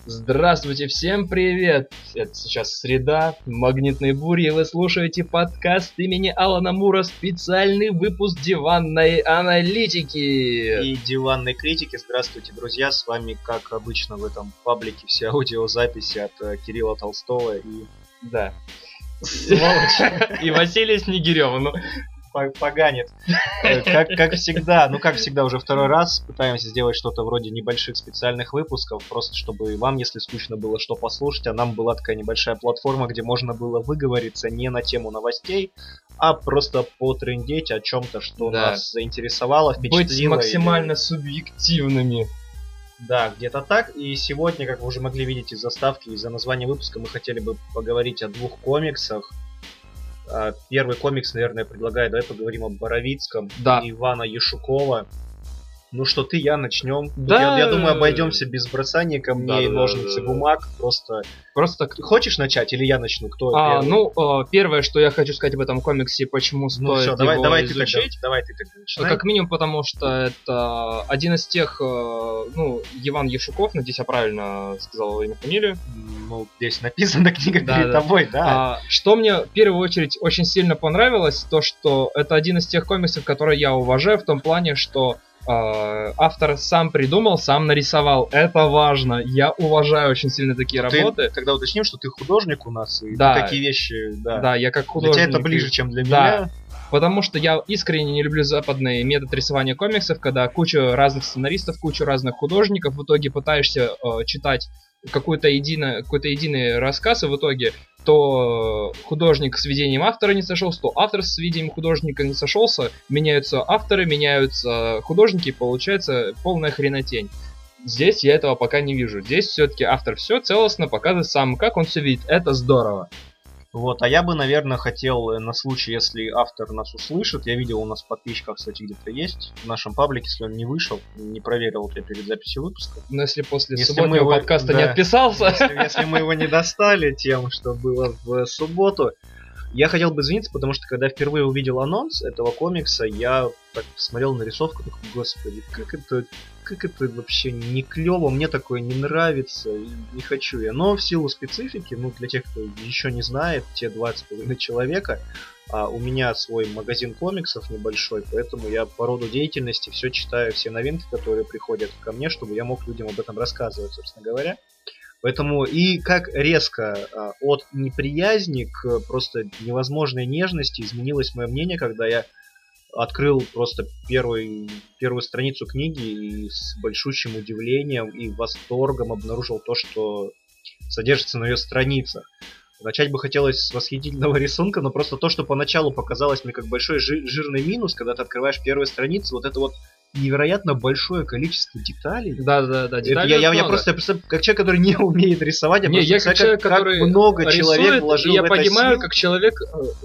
Здравствуйте, всем привет! Это сейчас среда, магнитные бури, и вы слушаете подкаст имени Алана Мура, специальный выпуск диванной аналитики. И диванной критики. Здравствуйте, друзья, с вами, как обычно, в этом паблике все аудиозаписи от Кирилла Толстого и... Да. Сволочь. И Василия Снегирева. Поганит. Как всегда, уже второй раз пытаемся сделать что-то вроде небольших специальных выпусков, просто чтобы вам, если скучно было, что послушать, а нам была такая небольшая платформа, где можно было выговориться не на тему новостей, а просто потрындеть о чем-то, что нас заинтересовало, впечатлило. Быть максимально субъективными. Да, где-то так. И сегодня, как вы уже могли видеть из заставки, из-за названия выпуска, мы хотели бы поговорить о двух комиксах. Первый комикс, наверное, предлагаю, давай поговорим о Боровицком и Ивана Яшукова. Ну что ты, я начнем. Да. Я думаю, обойдемся без бросания камней, ножницы, бумаг. Просто хочешь начать или я начну? Кто первый? Первое, что я хочу сказать об этом комиксе, почему стоит его изучить. Давай ты тогда начинай. Как минимум, потому что это один из тех, Иван Яшуков, надеюсь, я правильно сказал имя, фамилию. Ну, здесь написана книга перед тобой, да. Что мне в первую очередь очень сильно понравилось, то что это один из тех комиксов, которые я уважаю в том плане, что автор сам придумал, сам нарисовал. Это важно. Я уважаю очень сильно такие работы. Тогда уточним, что ты художник у нас, и такие вещи, Да, я как художник. Для тебя это ближе, чем для меня. Потому что я искренне не люблю западный метод рисования комиксов, когда куча разных сценаристов, куча разных художников, в итоге пытаешься читать какой-то единый рассказ, и в итоге то художник с видением автора не сошелся, то автор с видением художника не сошелся, меняются авторы, меняются художники, и получается полная хренотень. Здесь я этого пока не вижу. Здесь все-таки автор все целостно показывает сам, как он все видит. Это здорово. Вот, а я бы, наверное, хотел на случай, если автор нас услышит, я видел, у нас в подписчиках, кстати, где-то есть, в нашем паблике, если он не вышел, не проверил я перед записью выпуска. Но если после субботнего подкаста не отписался... Если мы его не достали тем, что было в субботу, я хотел бы извиниться, потому что когда впервые увидел анонс этого комикса, я так смотрел на рисовку, такой, господи, как это вообще не клево, мне такое не нравится, не хочу я. Но в силу специфики, для тех, кто еще не знает, те 20,5 человека, у меня свой магазин комиксов небольшой, поэтому я по роду деятельности все читаю, все новинки, которые приходят ко мне, чтобы я мог людям об этом рассказывать, собственно говоря. Поэтому и как резко от неприязни к просто невозможной нежности изменилось мое мнение, когда я открыл просто первую страницу книги и с большущим удивлением и восторгом обнаружил то, что содержится на ее страницах. Начать бы хотелось с восхитительного рисунка, но просто то, что поначалу показалось мне как большой жирный минус, когда ты открываешь первую страницу, вот это вот невероятно большое количество деталей. Да, деталей. Я просто представляю, как человек, который не умеет рисовать, я как человек, который много человек вложил в это. Я понимаю, как человек,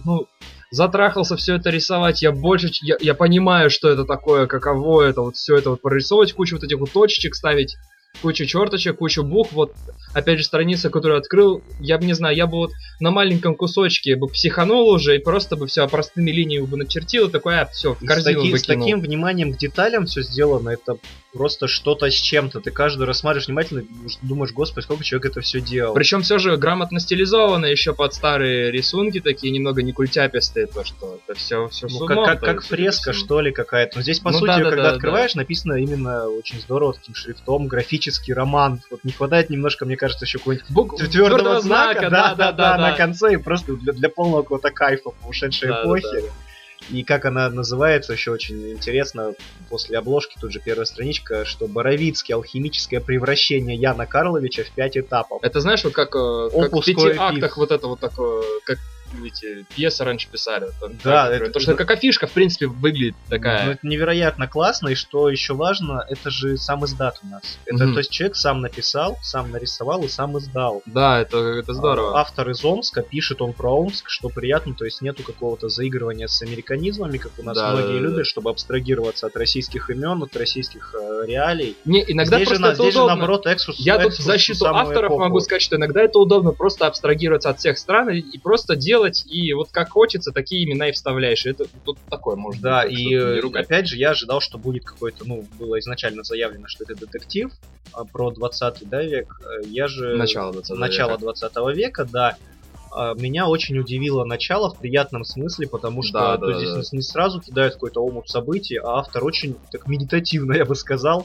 затрахался все это рисовать, я понимаю, что это такое, каково это, вот все это вот прорисовывать, кучу вот этих вот точечек ставить, кучу черточек, кучу букв, вот, опять же, страница, которую открыл, я бы, не знаю, я бы вот на маленьком кусочке бы психанул уже и просто бы все простыми линиями бы начертил, и такой, все, в корзину выкинул. С таким вниманием к деталям все сделано, это просто что-то с чем-то, ты каждый рассматриваешь внимательно, думаешь, господи, сколько человек это все делал. Причем все же грамотно стилизовано, еще под старые рисунки, такие немного не культяпистые, то что это все с умом. Как фреска, что ли, какая-то. Но здесь, по сути, когда открываешь, написано именно очень здорово таким шрифтом, графический роман. Вот не хватает немножко, мне кажется, еще какого-нибудь твердого знака, на конце, и просто для полного какого-то кайфа по ушедшей эпохе. И как она называется, еще очень интересно, после обложки, тут же первая страничка, что Боровицкий, алхимическое превращение Яна Карловича в 5 этапов. Это знаешь, вот как в 5 актах вот это вот такое, как эти пьесы раньше писали. То, что как афишка, в принципе, выглядит такая. Ну, это невероятно классно, и что еще важно, это же сам издат у нас. Это, то есть человек сам написал, сам нарисовал и сам издал. Да, это здорово. Автор из Омска, пишет он про Омск, что приятно, то есть нету какого-то заигрывания с американизмами, как у нас многие любят, чтобы абстрагироваться от российских имен, от российских реалий. Иногда здесь просто это удобно. Наоборот, Я тут в защиту авторов могу сказать, что иногда это удобно просто абстрагироваться от всех стран и просто делать делать, и вот как хочется, такие имена и вставляешь. И это тут такое может Да, быть. и опять же, я ожидал, что будет какой-то, было изначально заявлено, что это детектив про 20 век. Я же... Начало 20 века, да. Меня очень удивило начало в приятном смысле, потому что здесь не сразу кидают какой-то омут событий, а автор очень так медитативно, я бы сказал,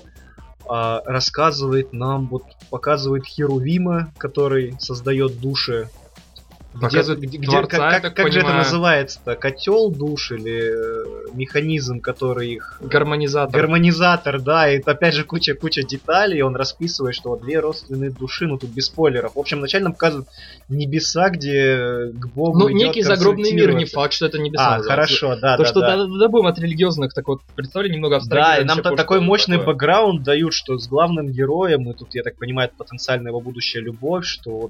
рассказывает нам, показывает Херувима, который создает души. Как же это называется-то? Котел душ или механизм, который их... Гармонизатор, да. И опять же куча деталей. Он расписывает, что 2 родственные души, тут без спойлеров. В общем, вначале нам показывают небеса, где к Богу идет некий загробный мир, не факт, что это небеса. Хорошо, да. То, что будем от религиозных так вот представлений немного абстрагировать. Да, и нам такой мощный бэкграунд дают, что с главным героем, и тут, я так понимаю, это потенциально его будущая любовь, что вот...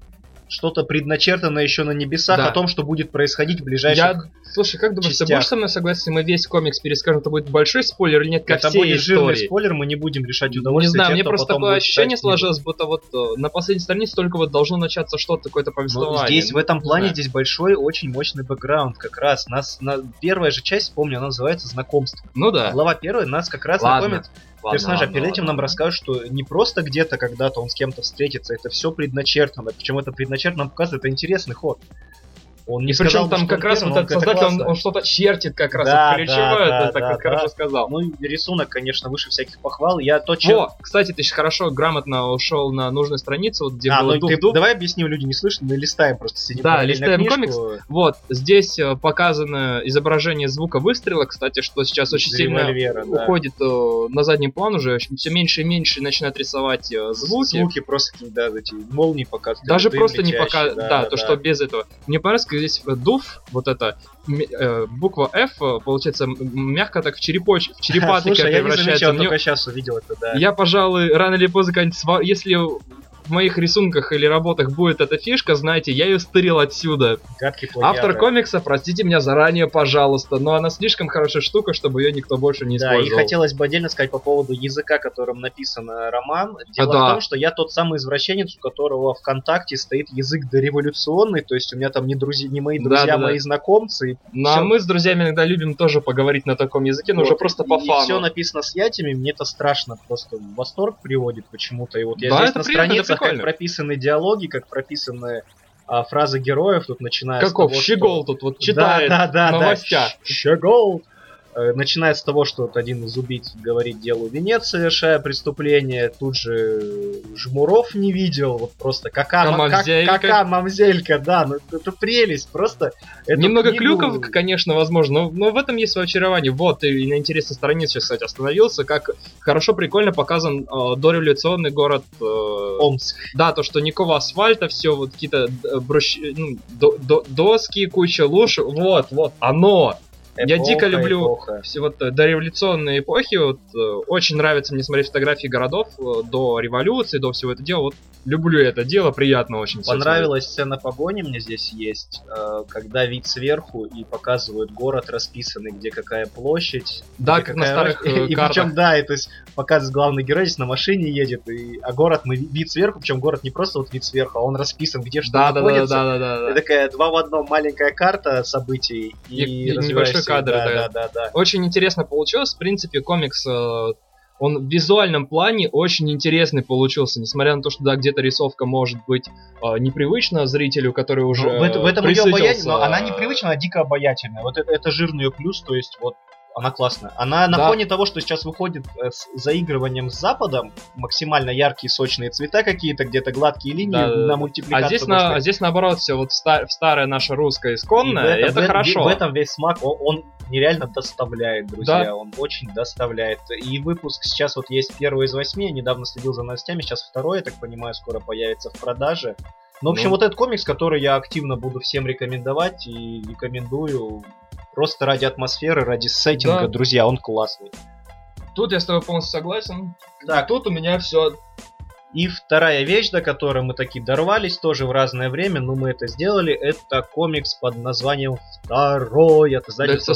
Что-то предначертано еще на небесах о том, что будет происходить в ближайших Слушай, как думаешь, ты будешь со мной согласен, если мы весь комикс перескажем, это будет большой спойлер или нет, как это всей будет истории? Жирный спойлер, мы не будем решать удовольствие. Не знаю, мне просто такое ощущение сложилось, будто вот на последней странице только вот должно начаться что-то, какое-то повествование. Здесь, в этом плане, здесь большой, очень мощный бэкграунд как раз. Первая же часть, помню, она называется «Знакомство». Ну да. Глава 1 нас как раз знакомит персонажа. Перед этим нам расскажут, что не просто где-то когда-то он с кем-то встретится, это все предначертано. Причем это предначертано показывает, это интересный ход. Он не причем там как раз вот этот создатель, он что-то чертит как раз, ключевое, ты так хорошо сказал. Ну и рисунок, конечно, выше всяких похвал. Кстати, ты хорошо, грамотно ушел на нужную страницу, вот где было дух-дух. Давай объясним, люди не слышат, мы листаем просто, сидим. Да, листаем комикс. Вот, здесь показано изображение звука выстрела, кстати, что сейчас очень сильно уходит на задний план уже, все меньше и меньше начинают рисовать звуки. Звуки просто какие-то эти молнии показывают. Даже просто не показывают, то, что без этого. Мне понравилось, здесь дуф, вот это, буква F, получается, мягко так в черепа Слушай, я не замечал, только сейчас увидел это, да. Я, пожалуй, рано или поздно, если в моих рисунках или работах будет эта фишка, знаете, я ее стырил отсюда. Автор комикса, простите меня заранее, пожалуйста, но она слишком хорошая штука, чтобы ее никто больше не использовал. Да, и хотелось бы отдельно сказать по поводу языка, которым написан роман. Дело в том, что я тот самый извращенец, у которого ВКонтакте стоит язык дореволюционный, то есть у меня там не мои друзья, мои знакомцы. А мы с друзьями иногда любим тоже поговорить на таком языке, но уже просто по фану. Все написано с ятями, мне это страшно, просто в восторг приводит почему-то. И вот я здесь на страницах, как прописаны диалоги, как прописаны фразы героев, тут начиная с того, Щегол тут вот читает в новостях. Щегол! Начиная с того, что вот один из убийц говорит, делаю венец, совершая преступление, тут же Жмуров не видел, вот просто какая мамзелька, да, ну это прелесть, просто. Немного клюков, конечно, возможно, но в этом есть свое очарование. Вот, и на интересной странице сейчас, кстати, остановился, как хорошо, прикольно показан дореволюционный город Омск. Да, то, что никакого асфальта, все вот какие-то доски, куча луж, вот, оно. Я дико люблю все вот дореволюционные эпохи, вот, очень нравится мне смотреть фотографии городов до революции, до всего этого дела, вот люблю это дело, приятно очень. Понравилась сцена погони мне здесь есть, когда вид сверху и показывают город расписанный, где какая площадь. Да, как на старых картах. И причем, да, и то есть показывает главный герой здесь на машине едет, а город, мы вид сверху, причем город не просто вот вид сверху, а он расписан, где что находится. Да. И такая 2 в 1 маленькая карта событий и небольшой кадр. Да. Очень интересно получилось. В принципе, комикс, он в визуальном плане очень интересный получился. Несмотря на то, что да, где-то рисовка может быть непривычна зрителю, который уже в этом ее обаятельно, но она непривычна, а дико обаятельная. Вот это жирный ее плюс, то есть вот она классная. Она на фоне того, что сейчас выходит с заигрыванием с Западом, максимально яркие, сочные цвета какие-то, где-то гладкие линии на мультипликацию. А здесь наоборот все вот старая наша русская исконная, и это хорошо. В этом весь смак, он нереально доставляет, друзья, он очень доставляет. И выпуск сейчас вот есть 1 из 8, я недавно следил за новостями, сейчас 2, я так понимаю, скоро появится в продаже. Ну, в общем, вот этот комикс, который я активно буду всем рекомендовать и рекомендую просто ради атмосферы, ради сеттинга, друзья, он классный. Тут я с тобой полностью согласен. Так, тут у меня все. И вторая вещь, до которой мы таки дорвались, тоже в разное время, но мы это сделали, это комикс под названием «Второй» от издательства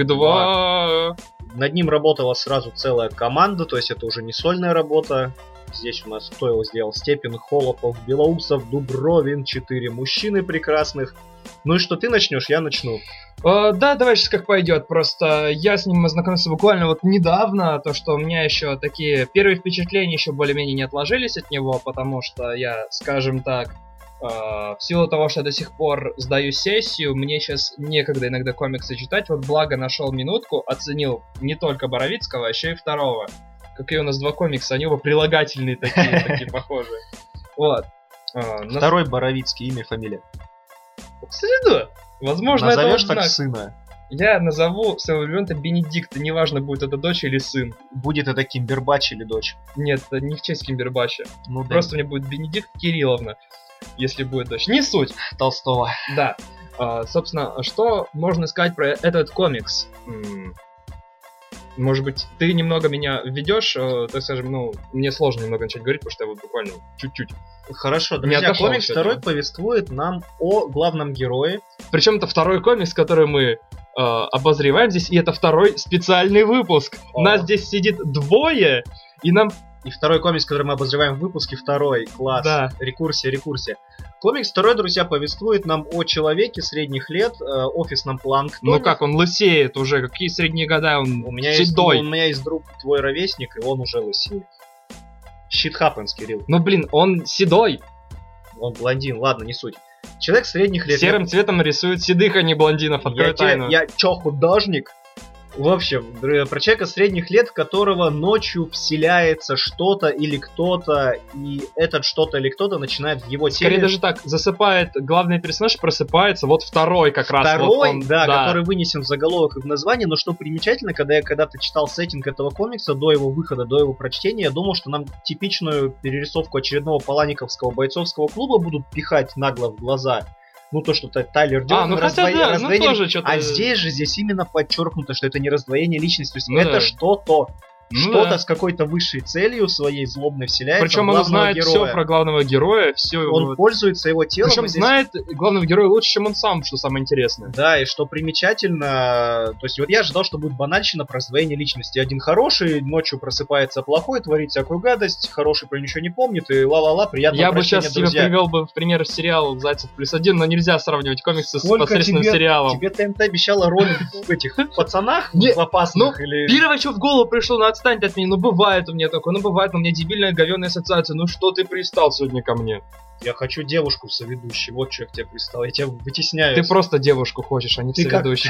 42. Над ним работала сразу целая команда, то есть это уже не сольная работа. Здесь у нас кто его сделал? Степин, Холопов, Белоусов, Дубровин, 4 мужчины прекрасных. Ну и что, ты начнешь, я начну. Да, давай сейчас как пойдет. Просто я с ним ознакомился буквально вот недавно, то что у меня еще такие первые впечатления еще более-менее не отложились от него, потому что я, скажем так, в силу того, что я до сих пор сдаю сессию, мне сейчас некогда иногда комиксы читать. Вот благо нашел минутку, оценил не только Боровицкого, а еще и второго. Какие у нас два комикса, они оба прилагательные такие похожие. Вот. Второй Боровицкий, имя, фамилия. Кстати, да. Возможно, назовешь это так знак. сына. Я назову своего ребенка Бенедикт, неважно, будет это дочь или сын. Будет это Кимбербач или дочь? Нет, это не в честь Кимбербача. Ну, Просто мне будет Бенедикт Кирилловна, если будет дочь. Не суть. Толстого. Да. Собственно, что можно сказать про этот комикс? Может быть, ты немного меня введешь, так скажем, ну, мне сложно немного начать говорить, потому что я вот буквально чуть-чуть. Хорошо, друзья, комикс второй повествует нам о главном герое. Причем это второй комикс, который мы обозреваем здесь, и это второй специальный выпуск. Нас здесь сидит двое, и нам... И второй комикс, который мы обозреваем в выпуске, второй класс. Да. Рекурсия. Комикс второй, друзья, повествует нам о человеке средних лет, офисном планктоне. Ну как, он лысеет уже, какие средние года, он у меня седой. У меня есть друг, твой ровесник, и он уже лысеет. Shit happens, Кирилл. Ну блин, он седой. Он блондин, ладно, не суть. Человек средних лет. Серым цветом рисует седых, а не блондинов, открой тайну. Я чё, художник? В общем, про человека средних лет, в которого ночью вселяется что-то или кто-то, и этот что-то или кто-то начинает в его теле... Скорее даже так, засыпает, главный персонаж просыпается, вот второй как раз. Второй, вот он, да, который вынесен в заголовок и в название, но что примечательно, когда я когда-то читал сеттинг этого комикса, до его выхода, до его прочтения, я думал, что нам типичную перерисовку очередного паланиковского бойцовского клуба будут пихать нагло в глаза. Ну, то, что Тайлер Дёрден раздвоение. Ну, тоже что-то... А здесь именно подчеркнуто, что это не раздвоение личности, то есть это что-то. Что-то с какой-то высшей целью своей злобной вселяется. Причем он знает все про главного героя, все. Он пользуется его телом. Причем знает главного героя лучше, чем он сам, что самое интересное. Да, и что примечательно, то есть вот я ожидал, что будет банальщина про раздвоение личности. Один хороший, ночью просыпается плохой, творит всякую гадость, хороший про ничего не помнит, и ла-ла-ла, приятного прощения, друзья. Я бы сейчас тебе привел бы в пример сериал «Зайцев +1», но нельзя сравнивать комиксы с непосредственным сериалом. Тебе ТНТ обещала ролик в этих пацанах в опасных или... Первое, что в голову пришло, ну отстань от меня, ну бывает у меня такое, у меня дебильная говёная ассоциация, ну что ты пристал сегодня ко мне? Я хочу девушку в соведущей, вот что я к тебе пристал, я тебя вытесняю. Ты просто девушку хочешь, а не в соведущей.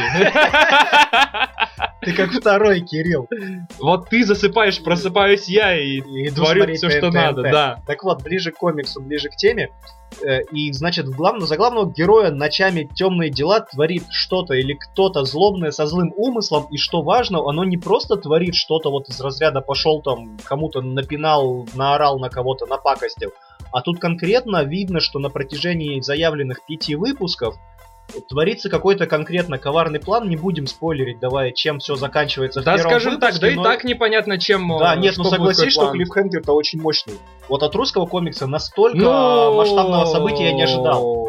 Ты как второй, Кирилл. Вот ты засыпаешь, просыпаюсь я и творю все, что надо, да. Так вот, ближе к комиксу, ближе к теме. И, значит, за главного героя ночами темные дела творит что-то или кто-то злобное со злым умыслом. И что важно, оно не просто творит что-то вот из разряда пошел там, кому-то напинал, наорал на кого-то, напакостил. А тут конкретно видно, что на протяжении заявленных 5 выпусков творится какой-то конкретно коварный план, не будем спойлерить, давай, чем все заканчивается в первом выпуске. Да, скажем так, да и так непонятно, чем... Да, нет, ну согласись, что клиффхенгер-то очень мощный. Вот от русского комикса настолько масштабного события я не ожидал.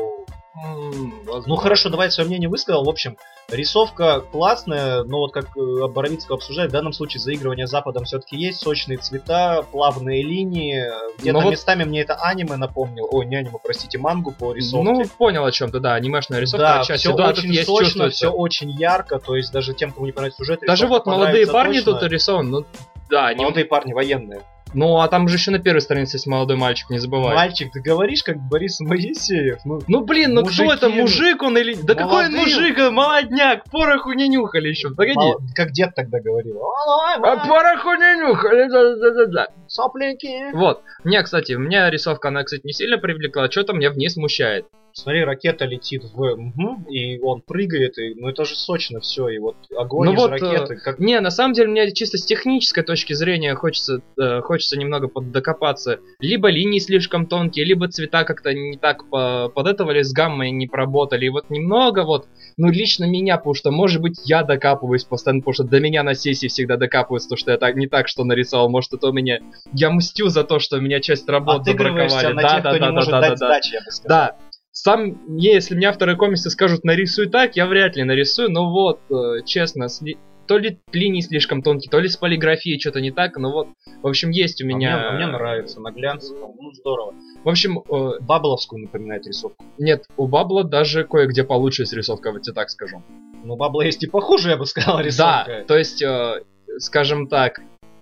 Ну хорошо, давай свое мнение высказал. В общем, рисовка классная, но вот как Боровицкого обсуждает, в данном случае заигрывание с Западом все-таки есть, сочные цвета, плавные линии. Где-то местами мне это аниме напомнил. Ой, не аниме, простите, мангу по рисовке. Ну, понял о чем ты, да, анимешная рисовка. Да, все очень сочно, все очень ярко, то есть даже тем, кому не понравится сюжет. Даже вот молодые парни тут рисованы, ну да. Молодые парни военные. Ну, а там же еще на первой странице есть молодой мальчик, не забывай. Мальчик, ты говоришь, как Борис Моисеев. Ну блин, ну кто это, мужик он или... Да какой мужик, молодняк, пороху не нюхали еще, погоди. Как дед тогда говорил. Пороху не нюхали, да-да-да-да. Сопленькие. Вот. Мне, кстати, рисовка, она, кстати, не сильно привлекла, что-то меня в ней смущает. Смотри, ракета летит и он прыгает, и, ну это же сочно все, и вот огонь из ракеты. Не, на самом деле, мне чисто с технической точки зрения хочется немного докопаться. Либо линии слишком тонкие, либо цвета как-то не так подэтовали, с гаммой не поработали. И вот немного ну лично меня, потому что, может быть, я докапываюсь постоянно, потому что до меня на сессии всегда докапываются, то, что я не так, что нарисовал. Может, это у меня... Я мстю за то, что у меня часть работ забраковали. На тех, кто не может дать сдачи, я бы сказал. Да. Если меня вторые комиксы скажут нарисуй так, я вряд ли нарисую, но вот, честно, то ли линии слишком тонкие, то ли с полиграфией что-то не так, но вот, в общем, есть у меня... Мне нравится, на глянце, ну здорово. В общем... Бабловскую напоминает рисовку. Нет, у Бабла даже кое-где получше с рисовкой, вот тебе так скажу. Ну, Бабла есть и похуже, я бы сказал, рисовка. Да, то есть, скажем так,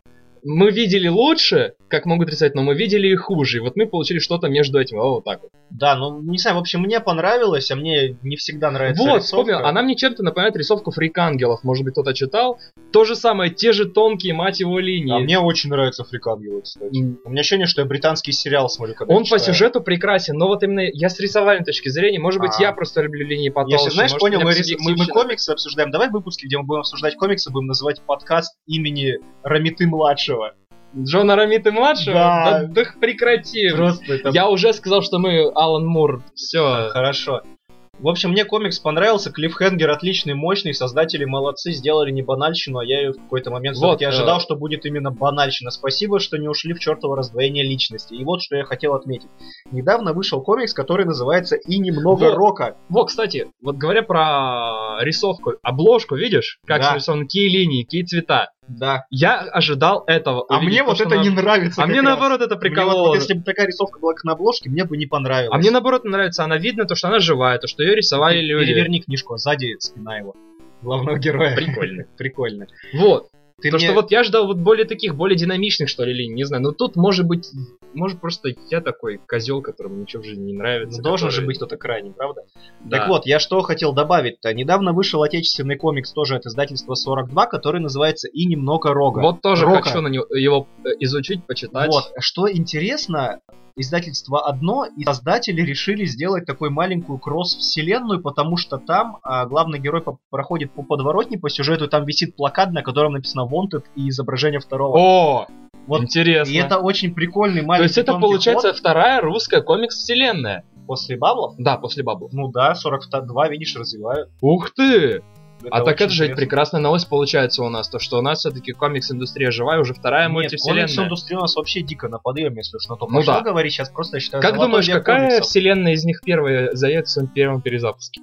мы видели лучше, как могут рисовать, но мы видели и хуже. И вот мы получили что-то между этим, вот так вот. Да, ну, не знаю, в общем, мне понравилось, а мне не всегда нравится вот, рисовка. вспомнил, она мне чем-то напоминает рисовку Фрик-ангелов. Может быть, кто-то читал. То же самое, те же тонкие, мать его, линии. А мне очень нравится Фрик-ангелы, кстати. У меня ощущение, что я британский сериал смотрю, когда Он читаю. по сюжету прекрасен, но вот именно я с рисовальной точки зрения, может быть, я просто люблю линии потолще. Если, знаешь, может, понял, мы мы комиксы обсуждаем. Давай выпуски, где мы будем обсуждать комиксы, будем называть подкаст имени Рамиты-младшего. Джона Рамиты-младшего? Да прекрати. Просто это... Я уже сказал, что мы Алан Мур. Все. Хорошо. В общем, мне комикс понравился, клиффхенгер отличный, мощный, создатели молодцы, сделали не банальщину, а я ее в какой-то момент все-таки ожидал, что будет именно банальщина. Спасибо, что не ушли в чертово раздвоение личности. И вот что я хотел отметить. Недавно вышел комикс, который называется «И немного рока». Вот, кстати, вот говоря про рисовку, обложку, видишь, как нарисованы, какие линии, какие цвета. Да. Я ожидал этого. А мне вот это не нравится. А мне наоборот это прикололо. Вот, если бы такая рисовка была как на обложке, мне бы не понравилось. А мне наоборот нравится, она видно, то, что она живая, то, что ее рисовали люди. Переверни книжку, а сзади спина его. Главного героя. Прикольно. Прикольно. Вот. Что вот я ждал вот более таких, более динамичных, что ли, линий, не знаю. Но тут, может быть, просто я такой козел, которому ничего в жизни не нравится. Ну, должен же быть кто-то крайний, правда? Да. Так вот, я что хотел добавить-то. Недавно вышел отечественный комикс тоже от издательства 42, который называется «И немного рога». Вот тоже хочу на него, его изучить, почитать. Вот, что интересно, издательство одно, и создатели решили сделать такую маленькую кросс-вселенную, потому что там главный герой проходит по подворотне, по сюжету, и там висит плакат, на котором написано «Wanted» и изображение второго. О, вот интересно. И это очень прикольный маленький. То есть это получается вторая русская комикс-вселенная? После Баблов? Да, после Баблов. Ну да, 42, видишь, развивают. Ух ты! Это так это же прекрасная новость получается у нас, то что у нас все-таки комикс-индустрия живая, уже вторая мультивселенная. Комикс-индустрия у нас вообще дико на подъеме, если уж на то пошло говорить, сейчас просто я считаю. Как думаешь, какая вселенная из них первая заедет в своем первом перезапуске?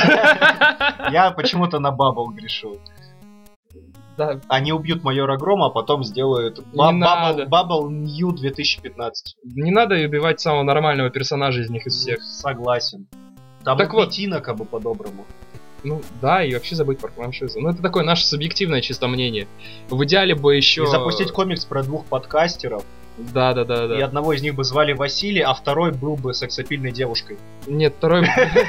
Я почему-то на Бабл грешил. Да. Они убьют майора Грома, а потом сделают Bubble New 2015. Не надо убивать самого нормального персонажа из них из всех. Согласен. Там так вот, Петина как бы по-доброму. Ну да, и вообще забыть про франшизу. Ну это такое наше субъективное чисто мнение. В идеале бы еще... И запустить комикс про двух подкастеров. Да. И одного из них бы звали Василий, а второй был бы сексапильной девушкой. Нет, второй...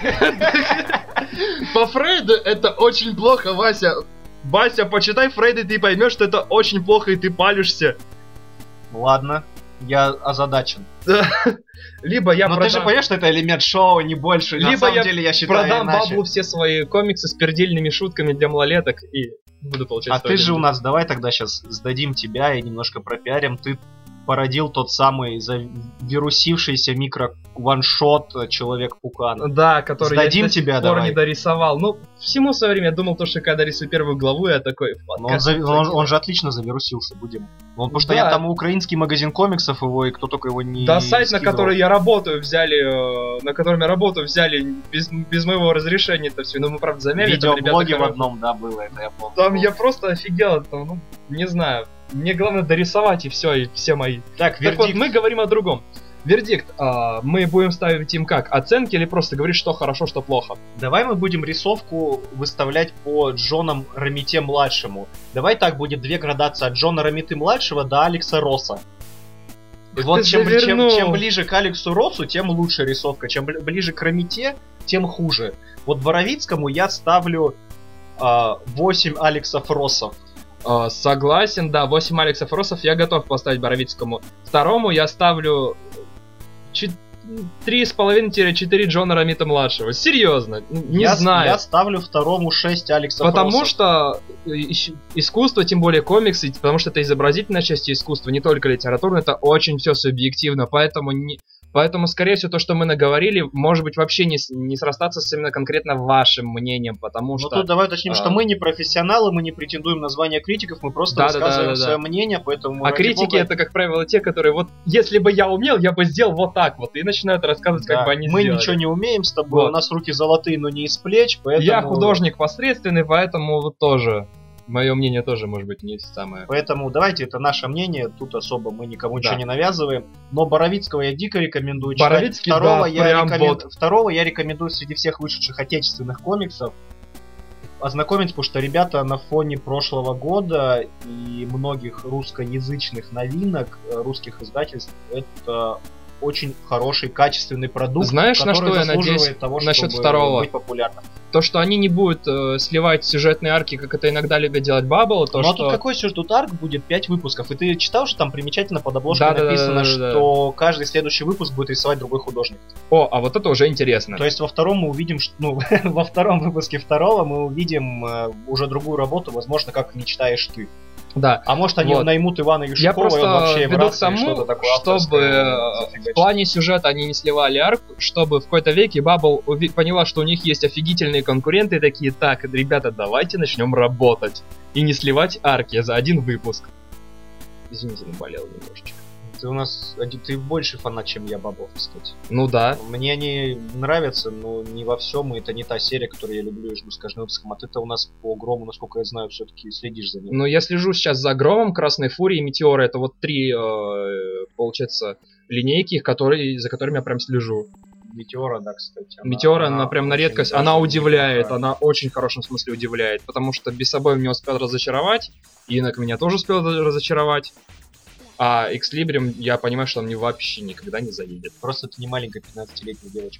По Фрейду это очень плохо, Вася. Вася, почитай Фрейда, и ты поймешь, что это очень плохо, и ты палишься. Ладно, я озадачен. Либо я продам... ты же понимаешь, что это элемент шоу, не больше. Либо на самом деле я считаю продам иначе. Баблу все свои комиксы с пердельными шутками для малолеток и буду получать... А ты же у нас, давай тогда сейчас сдадим тебя и немножко пропиарим. Ты породил тот самый завирусившийся микро-ваншот Человек-пукан. Да, который сдадим я тебя, до сих пор давай. Не дорисовал. Ну, всему свое время. Я думал, то, что когда рисую первую главу, я такой... Он же отлично завирусился, будем. Потому что я там украинский магазин комиксов его, и кто только его не да, сайт, скидывал. на который я работаю, взяли... На котором я работаю, взяли без моего разрешения это все. Ну, мы, правда, замяли. Видеоблоги в одном, да, было, это я помню. Там я просто офигел. Там, ну, не знаю. Мне главное дорисовать и все, и все мои. Так, вот, мы говорим о другом. Вердикт, мы будем ставить им как? Оценки или просто говорить, что хорошо, что плохо? Давай мы будем рисовку выставлять по Джону Рамите-младшему. Давай так, будет две градации от Джона Рамиты-младшего до Алекса Росса. И вот чем ближе к Алексу Россу, тем лучше рисовка. Чем ближе к Рамите, тем хуже. Вот Боровицкому я ставлю 8 Алексов Россов. Согласен, да, 8 Алексов Россов я готов поставить Боровицкому. Второму я ставлю 3,5-4 Джона Рамита-младшего. Серьезно, не знаю. Я ставлю второму 6 Алексов Потому Россов. что искусство, тем более комиксы, потому что это изобразительная часть искусства, не только литературная, это очень все субъективно, Поэтому, скорее всего, то, что мы наговорили, может быть, вообще не срастаться с именно конкретно вашим мнением, потому что... Ну тут давай уточним, что мы не профессионалы, мы не претендуем на звание критиков, мы просто рассказываем свое мнение, поэтому... А критики это, как правило, те, которые вот, если бы я умел, я бы сделал вот так вот, и начинают рассказывать, как бы они мы сделали. Ничего не умеем с тобой, у нас руки золотые, но не из плеч, поэтому... Я художник посредственный, поэтому вот тоже... Мое мнение тоже, может быть, не самое. Поэтому давайте, это наше мнение, тут особо мы никому Да. ничего не навязываем. Но Боровицкого я дико рекомендую читать. Боровицкий, да, прям вот. Второго я рекомендую среди всех вышедших отечественных комиксов ознакомиться, потому что ребята на фоне прошлого года и многих русскоязычных новинок, русских издательств, это очень хороший, качественный продукт, Знаешь, на который что я заслуживает надеюсь того, насчет чтобы второго? быть популярным. То, что они не будут сливать сюжетные арки, как это иногда любят делать Bubble, то Ну а что... тут какой сюжет? Тут арк будет 5 выпусков. И ты читал, что там примечательно под обложкой Да-да-да-да-да-да. написано, что каждый следующий выпуск будет рисовать другой художник. О, а вот это уже интересно. То есть во втором мы увидим, ну, во втором выпуске второго мы увидим уже другую работу, возможно, как не читаешь ты. Да. А может они Вот. наймут Ивана Юшакова, Я и он просто вообще им веду раз к и тому, что-то такое чтобы авторское в зафигачит. плане сюжета они не сливали арку, чтобы в какой-то веке Bubble поняла, что у них есть офигительные конкуренты, и такие: так, ребята, давайте начнем работать. И не сливать арки за один выпуск. Извините, наболел немножечко. Ты у нас ты больше фанат, чем я, Бабов, кстати. Ну да. Мне они нравятся, но не во всем, и это не та серия, которую я люблю и жду с каждым выпуском. А ты-то у нас по Грому, насколько я знаю, все-таки следишь за ним. Ну, я слежу сейчас за Громом, Красной Фурией, Метеора. Это вот три, получается, линейки, за которыми я прям слежу. Метеора, да, кстати. Метеора, она прям на очень редкость, даже она удивляет, неплохая. она очень в хорошем смысле удивляет, потому что без собой меня успел разочаровать, Инок меня тоже успел разочаровать, а Экслибрим, я понимаю, что он мне вообще никогда не заедет. Просто ты не маленькая 15-летняя девочка.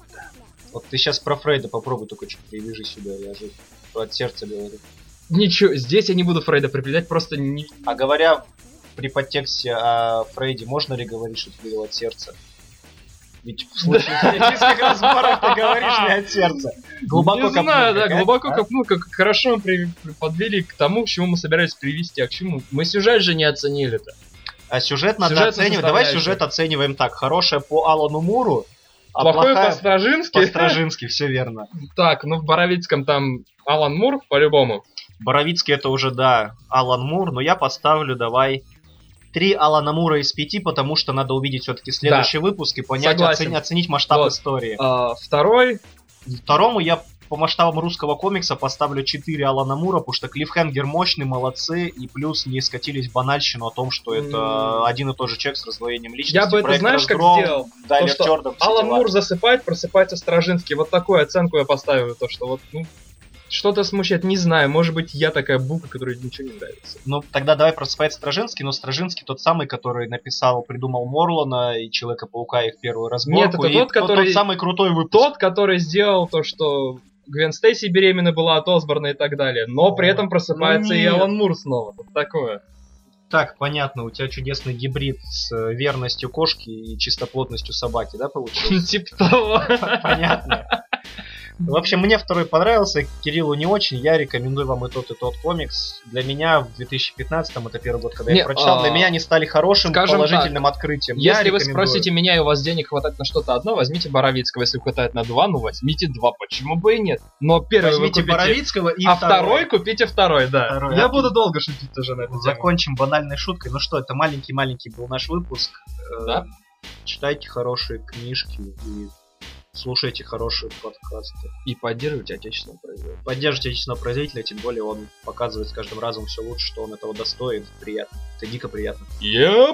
Вот ты сейчас про Фрейда попробуй только что привяжи сюда, я же от сердца говорю. Ничего, здесь я не буду Фрейда приплетать, просто не... А говоря при подтексте о Фрейде, можно ли говорить, что ты говорил от сердца? Ведь в случае теоретических разборов ты говоришь не от сердца. Глубоко не копнул, знаю, да, как, глубоко а? копнул, как хорошо мы подвели к тому, к чему мы собирались привести, а к чему. Мы сюжет же не оценили-то. А сюжет надо Сюжетную оценивать. Давай составляющую. сюжет оцениваем так. Хорошая по Алану Муру, а Плохой плохая по-стражински. по-стражински, все верно. Так, ну в Боровицком там Алан Мур, по-любому. Боровицкий это уже, да, Алан Мур, но я поставлю, давай, 3 Алана Мура из 5, потому что надо увидеть все-таки следующий выпуск и понять, Согласен. оценить масштаб Вот. истории. Второй, Второму я по масштабам русского комикса поставлю 4 Алана Мура, потому что клиффхенгер мощный, молодцы, и плюс не скатились в банальщину о том, что это один и тот же человек с раздвоением личности. я бы это, проект знаешь, как «Разгром», сделал? Дайлер То, что Джордан, все Алан дела. Мур засыпает, просыпается Стражинский. Вот такую оценку я поставил, то что вот, ну, что-то смущает, не знаю, может быть, я такая бука, которой ничего не нравится. Ну, тогда давай просыпается Стражинский, но Стражинский тот самый, который придумал Морлана и Человека-паука, их первую разборку. Нет, это и тот, который... тот самый крутой выпуск. Тот, который сделал то, что Гвен Стейси беременна была от Осборна и так далее, но при этом просыпается Ну, и нет. Алан Мур снова. Вот такое. Так, понятно, у тебя чудесный гибрид с верностью кошки и чистоплотностью собаки, да, получился? Типа того. Понятно. В общем, мне второй понравился, Кириллу не очень, я рекомендую вам и тот комикс. Для меня в 2015-м, это первый год, когда я Не, прочитал, для меня они стали хорошим, скажем положительным открытием. Я Если вы рекомендую. спросите меня, и у вас денег хватает на что-то одно, возьмите Боровицкого. Если хватает на два, ну возьмите два. Почему бы и нет? Но первый Возьмите вы купите, Боровицкого и а второй купите второй, да. Второй, Я а буду долго шутить тоже на эту тему. Закончим банальной шуткой. Ну что, это маленький-маленький был наш выпуск. Да. Читайте хорошие книжки и слушайте хорошие подкасты. И поддерживайте отечественного производителя. Поддержите отечественного производителя, тем более он показывает с каждым разом все лучше, что он этого достоин. Приятно. Это дико приятно. Yep.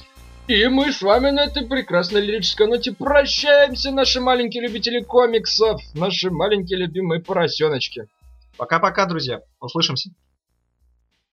И мы с вами на этой прекрасной лирической ноте прощаемся, наши маленькие любители комиксов, наши маленькие любимые поросеночки. Пока-пока, друзья. Услышимся.